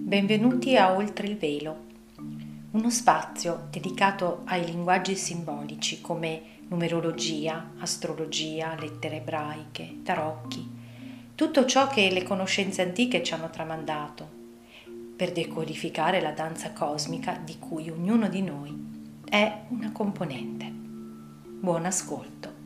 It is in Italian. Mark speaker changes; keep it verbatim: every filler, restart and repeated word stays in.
Speaker 1: Benvenuti a Oltre il Velo, uno spazio dedicato ai linguaggi simbolici come numerologia, astrologia, lettere ebraiche, tarocchi, tutto ciò che le conoscenze antiche ci hanno tramandato, per decodificare la danza cosmica di cui ognuno di noi è una componente. Buon ascolto.